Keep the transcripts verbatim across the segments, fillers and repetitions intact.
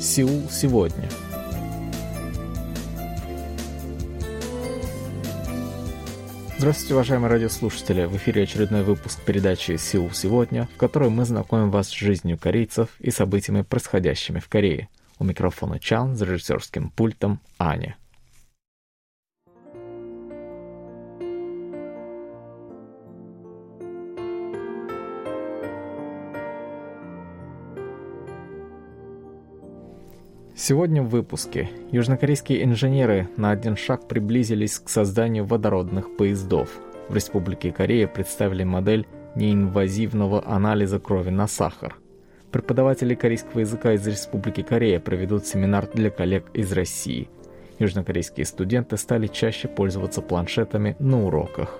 Сеул сегодня. Здравствуйте, уважаемые радиослушатели! В эфире очередной выпуск передачи «Сеул сегодня», в которой мы знакомим вас с жизнью корейцев и событиями, происходящими в Корее. У микрофона Чан, за режиссерским пультом Аня. Сегодня в выпуске. Южнокорейские инженеры на один шаг приблизились к созданию водородных поездов. В Республике Корея представили модель неинвазивного анализа крови на сахар. Преподаватели корейского языка из Республики Корея проведут семинар для коллег из России. Южнокорейские студенты стали чаще пользоваться планшетами на уроках.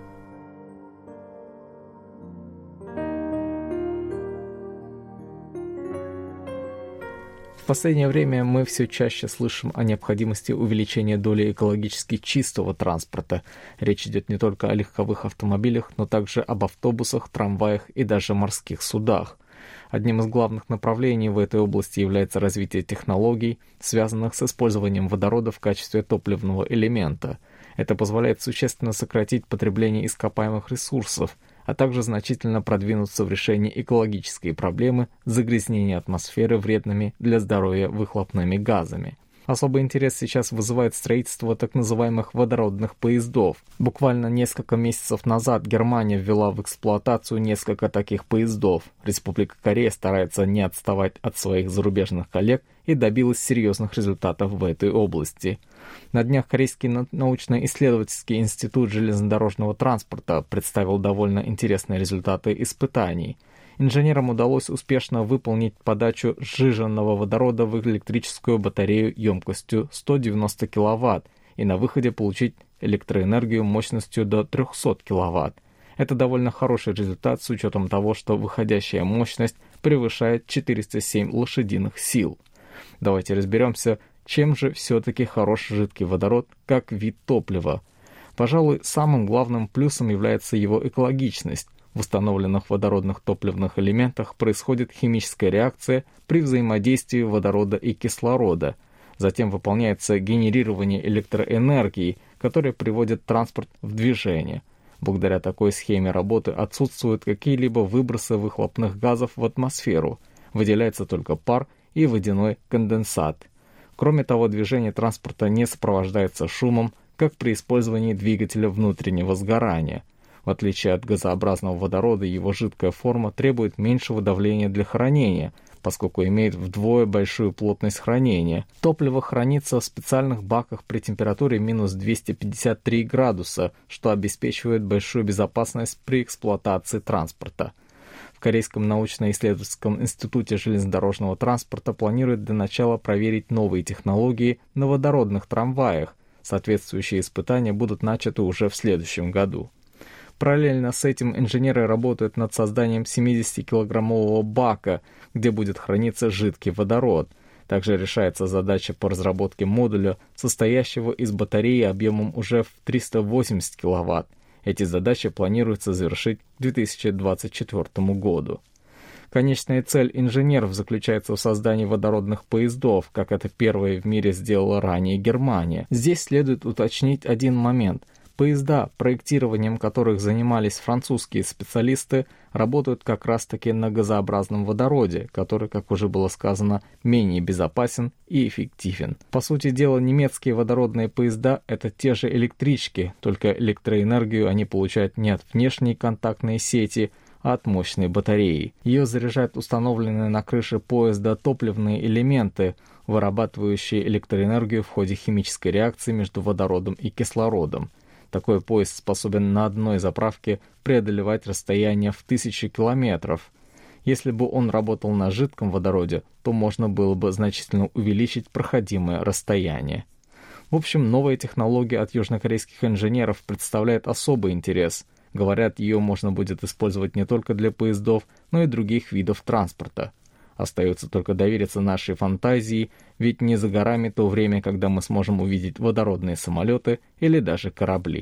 В последнее время мы все чаще слышим о необходимости увеличения доли экологически чистого транспорта. Речь идет не только о легковых автомобилях, но также об автобусах, трамваях и даже морских судах. Одним из главных направлений в этой области является развитие технологий, связанных с использованием водорода в качестве топливного элемента. Это позволяет существенно сократить потребление ископаемых ресурсов, а также значительно продвинуться в решении экологической проблемы загрязнения атмосферы вредными для здоровья выхлопными газами. Особый интерес сейчас вызывает строительство так называемых водородных поездов. Буквально несколько месяцев назад Германия ввела в эксплуатацию несколько таких поездов. Республика Корея старается не отставать от своих зарубежных коллег и добилась серьезных результатов в этой области. На днях Корейский научно-исследовательский институт железнодорожного транспорта представил довольно интересные результаты испытаний. Инженерам удалось успешно выполнить подачу сжиженного водорода в электрическую батарею емкостью сто девяносто киловатт и на выходе получить электроэнергию мощностью до триста киловатт. Это довольно хороший результат с учетом того, что выходящая мощность превышает четыреста семь лошадиных сил. Давайте разберемся, чем же все-таки хорош жидкий водород как вид топлива. Пожалуй, самым главным плюсом является его экологичность. В установленных водородных топливных элементах происходит химическая реакция при взаимодействии водорода и кислорода. Затем выполняется генерирование электроэнергии, которая приводит транспорт в движение. Благодаря такой схеме работы отсутствуют какие-либо выбросы выхлопных газов в атмосферу. Выделяется только пар и водяной конденсат. Кроме того, движение транспорта не сопровождается шумом, как при использовании двигателя внутреннего сгорания. В отличие от газообразного водорода, его жидкая форма требует меньшего давления для хранения, поскольку имеет вдвое большую плотность хранения. Топливо хранится в специальных баках при температуре минус двести пятьдесят три градуса, что обеспечивает большую безопасность при эксплуатации транспорта. В Корейском научно-исследовательском институте железнодорожного транспорта планируют для начала проверить новые технологии на водородных трамваях. Соответствующие испытания будут начаты уже в следующем году. Параллельно с этим инженеры работают над созданием семидесятикилограммового бака, где будет храниться жидкий водород. Также решается задача по разработке модуля, состоящего из батареи объемом уже в триста восемьдесят киловатт. Эти задачи планируется завершить к две тысячи двадцать четвёртому году. Конечная цель инженеров заключается в создании водородных поездов, как это первая в мире сделала ранее Германия. Здесь следует уточнить один момент. Поезда, проектированием которых занимались французские специалисты, работают как раз-таки на газообразном водороде, который, как уже было сказано, менее безопасен и эффективен. По сути дела, немецкие водородные поезда – это те же электрички, только электроэнергию они получают не от внешней контактной сети, а от мощной батареи. Ее заряжают установленные на крыше поезда топливные элементы, вырабатывающие электроэнергию в ходе химической реакции между водородом и кислородом. Такой поезд способен на одной заправке преодолевать расстояние в тысячи километров. Если бы он работал на жидком водороде, то можно было бы значительно увеличить проходимое расстояние. В общем, новая технология от южнокорейских инженеров представляет особый интерес. Говорят, ее можно будет использовать не только для поездов, но и других видов транспорта. Остается только довериться нашей фантазии, ведь не за горами то время, когда мы сможем увидеть водородные самолеты или даже корабли.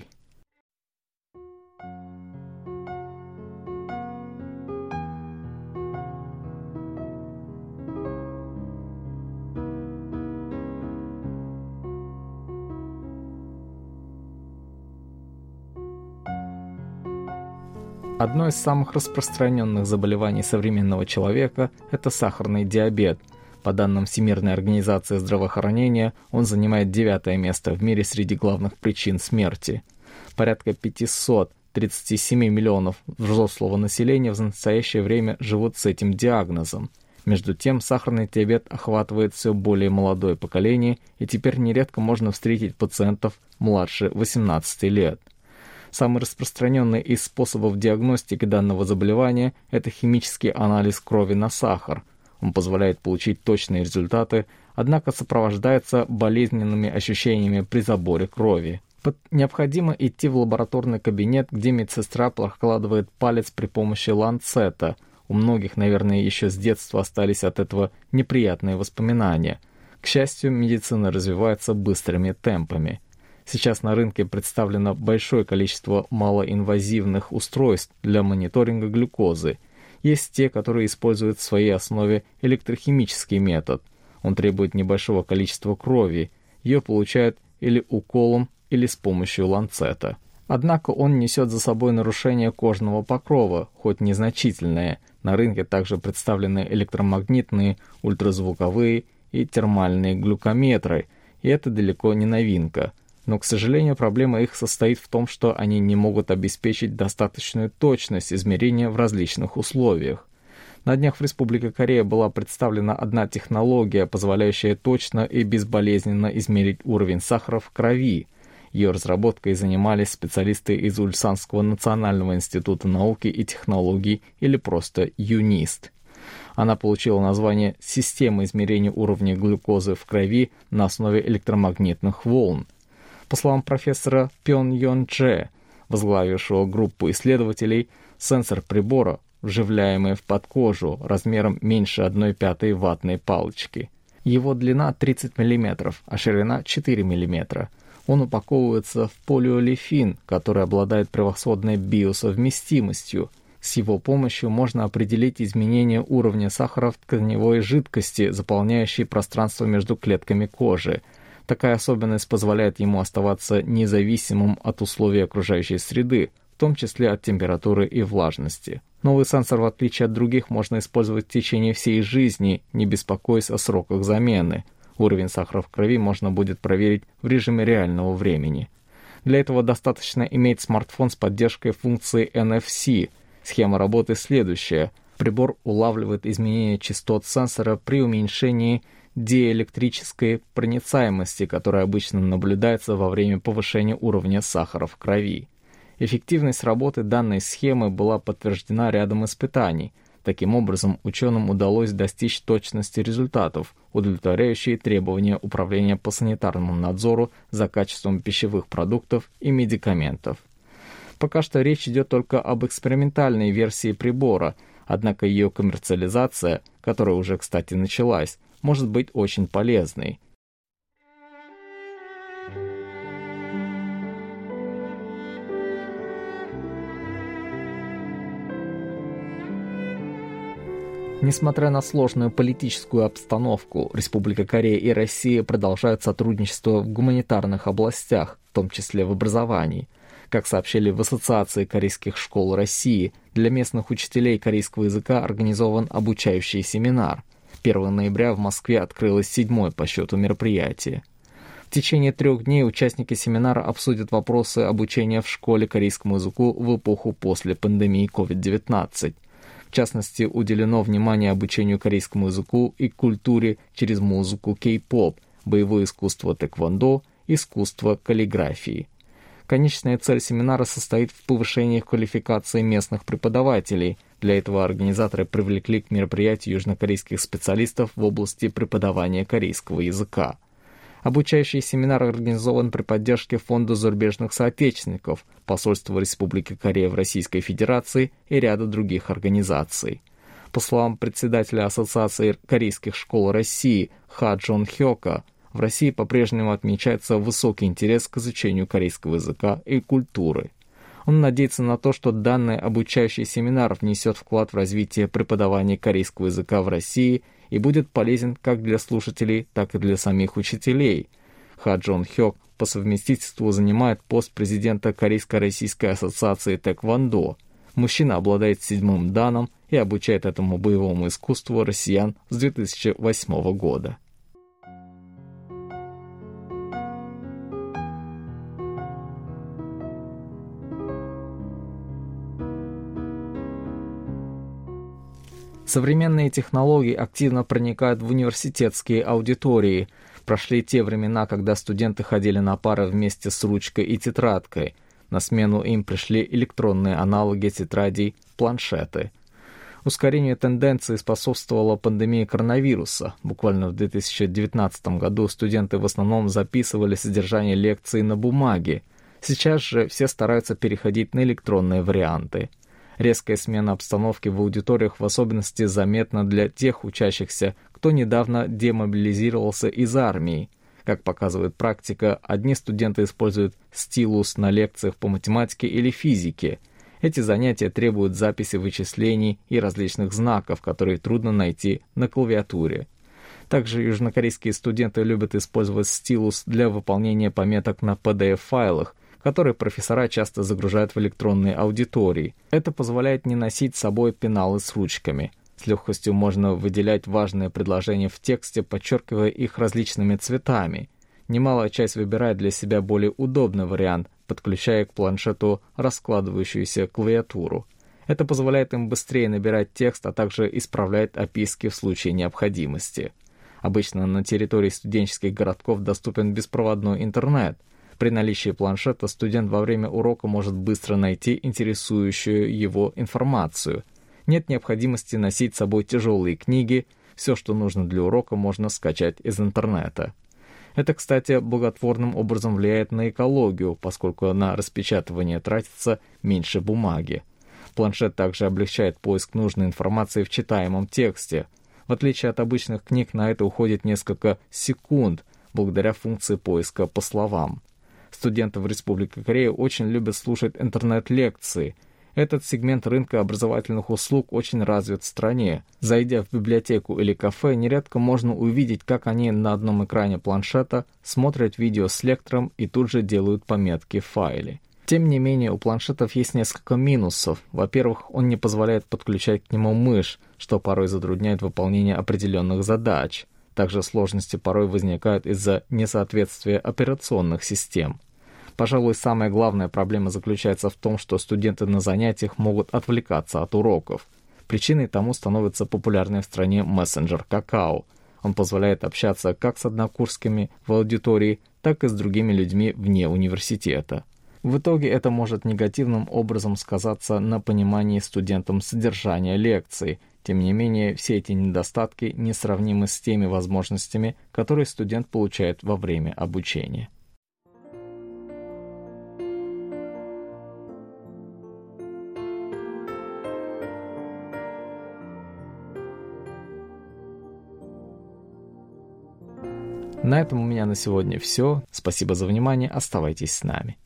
Одно из самых распространенных заболеваний современного человека – это сахарный диабет. По данным Всемирной организации здравоохранения, он занимает девятое место в мире среди главных причин смерти. Порядка пятьсот тридцать семь миллионов взрослого населения в настоящее время живут с этим диагнозом. Между тем, сахарный диабет охватывает все более молодое поколение, и теперь нередко можно встретить пациентов младше восемнадцати лет. Самый распространенный из способов диагностики данного заболевания – это химический анализ крови на сахар. Он позволяет получить точные результаты, однако сопровождается болезненными ощущениями при заборе крови. Необходимо идти в лабораторный кабинет, где медсестра прокладывает палец при помощи ланцета. У многих, наверное, еще с детства остались от этого неприятные воспоминания. К счастью, медицина развивается быстрыми темпами. Сейчас на рынке представлено большое количество малоинвазивных устройств для мониторинга глюкозы. Есть те, которые используют в своей основе электрохимический метод. Он требует небольшого количества крови. Ее получают или уколом, или с помощью ланцета. Однако он несет за собой нарушение кожного покрова, хоть незначительное. На рынке также представлены электромагнитные, ультразвуковые и термальные глюкометры, и это далеко не новинка. Но, к сожалению, проблема их состоит в том, что они не могут обеспечить достаточную точность измерения в различных условиях. На днях в Республике Корея была представлена одна технология, позволяющая точно и безболезненно измерить уровень сахара в крови. Ее разработкой занимались специалисты из Ульсанского национального института науки и технологий, или просто ЮНИСТ. Она получила название «Система измерения уровня глюкозы в крови на основе электромагнитных волн». По словам профессора Пён Йон Дже, возглавившего группу исследователей, сенсор прибора, вживляемый в подкожу размером меньше одной пятой ватной палочки. Его длина тридцать миллиметров, а ширина четыре миллиметра. Он упаковывается в полиолефин, который обладает превосходной биосовместимостью. С его помощью можно определить изменение уровня сахара в тканевой жидкости, заполняющей пространство между клетками кожи. Такая особенность позволяет ему оставаться независимым от условий окружающей среды, в том числе от температуры и влажности. Новый сенсор, в отличие от других, можно использовать в течение всей жизни, не беспокоясь о сроках замены. Уровень сахара в крови можно будет проверить в режиме реального времени. Для этого достаточно иметь смартфон с поддержкой функции эн эф си. Схема работы следующая. Прибор улавливает изменения частот сенсора при уменьшении диэлектрической проницаемости, которая обычно наблюдается во время повышения уровня сахара в крови. Эффективность работы данной схемы была подтверждена рядом испытаний. Таким образом, ученым удалось достичь точности результатов, удовлетворяющие требования Управления по санитарному надзору за качеством пищевых продуктов и медикаментов. Пока что речь идет только об экспериментальной версии прибора, однако ее коммерциализация, которая уже, кстати, началась, может быть очень полезной. Несмотря на сложную политическую обстановку, Республика Корея и Россия продолжают сотрудничество в гуманитарных областях, в том числе в образовании. Как сообщили в Ассоциации корейских школ России, для местных учителей корейского языка организован обучающий семинар. первого ноября в Москве открылось седьмое по счету мероприятие. В течение трех дней участники семинара обсудят вопросы обучения в школе корейскому языку в эпоху после пандемии ковид девятнадцать. В частности, уделено внимание обучению корейскому языку и культуре через музыку кей-поп, боевое искусство тэквондо, искусство каллиграфии. Конечная цель семинара состоит в повышении квалификации местных преподавателей. Для этого организаторы привлекли к мероприятию южнокорейских специалистов в области преподавания корейского языка. Обучающий семинар организован при поддержке Фонда зарубежных соотечественников, посольства Республики Корея в Российской Федерации и ряда других организаций. По словам председателя Ассоциации корейских школ России Ха Джон Хёка, в России по-прежнему отмечается высокий интерес к изучению корейского языка и культуры. Он надеется на то, что данный обучающий семинар внесет вклад в развитие преподавания корейского языка в России и будет полезен как для слушателей, так и для самих учителей. Ха Джон Хёк по совместительству занимает пост президента Корейско-Российской ассоциации тэквондо. Мужчина обладает седьмым даном и обучает этому боевому искусству россиян с две тысячи восьмого года. Современные технологии активно проникают в университетские аудитории. Прошли те времена, когда студенты ходили на пары вместе с ручкой и тетрадкой. На смену им пришли электронные аналоги тетрадей, планшеты. Ускорению тенденции способствовала пандемия коронавируса. Буквально в две тысячи девятнадцатом году студенты в основном записывали содержание лекций на бумаге. Сейчас же все стараются переходить на электронные варианты. Резкая смена обстановки в аудиториях в особенности заметна для тех учащихся, кто недавно демобилизировался из армии. Как показывает практика, одни студенты используют стилус на лекциях по математике или физике. Эти занятия требуют записи вычислений и различных знаков, которые трудно найти на клавиатуре. Также южнокорейские студенты любят использовать стилус для выполнения пометок на пи ди эф-файлах, которые профессора часто загружают в электронные аудитории. Это позволяет не носить с собой пеналы с ручками. С легкостью можно выделять важные предложения в тексте, подчеркивая их различными цветами. Немалая часть выбирает для себя более удобный вариант, подключая к планшету раскладывающуюся клавиатуру. Это позволяет им быстрее набирать текст, а также исправляет описки в случае необходимости. Обычно на территории студенческих городков доступен беспроводной интернет. При наличии планшета студент во время урока может быстро найти интересующую его информацию. Нет необходимости носить с собой тяжелые книги, все, что нужно для урока, можно скачать из интернета. Это, кстати, благотворным образом влияет на экологию, поскольку на распечатывание тратится меньше бумаги. Планшет также облегчает поиск нужной информации в читаемом тексте. В отличие от обычных книг, на это уходит несколько секунд, благодаря функции поиска по словам. Студенты в Республике Корея очень любят слушать интернет-лекции. Этот сегмент рынка образовательных услуг очень развит в стране. Зайдя в библиотеку или кафе, нередко можно увидеть, как они на одном экране планшета смотрят видео с лектором и тут же делают пометки в файле. Тем не менее, у планшетов есть несколько минусов. Во-первых, он не позволяет подключать к нему мышь, что порой затрудняет выполнение определенных задач. Также сложности порой возникают из-за несоответствия операционных систем. Пожалуй, самая главная проблема заключается в том, что студенты на занятиях могут отвлекаться от уроков. Причиной тому становится популярный в стране мессенджер Kakao. Он позволяет общаться как с однокурсниками в аудитории, так и с другими людьми вне университета. В итоге это может негативным образом сказаться на понимании студентам содержания лекций. Тем не менее, все эти недостатки несравнимы с теми возможностями, которые студент получает во время обучения. На этом у меня на сегодня все. Спасибо за внимание. Оставайтесь с нами.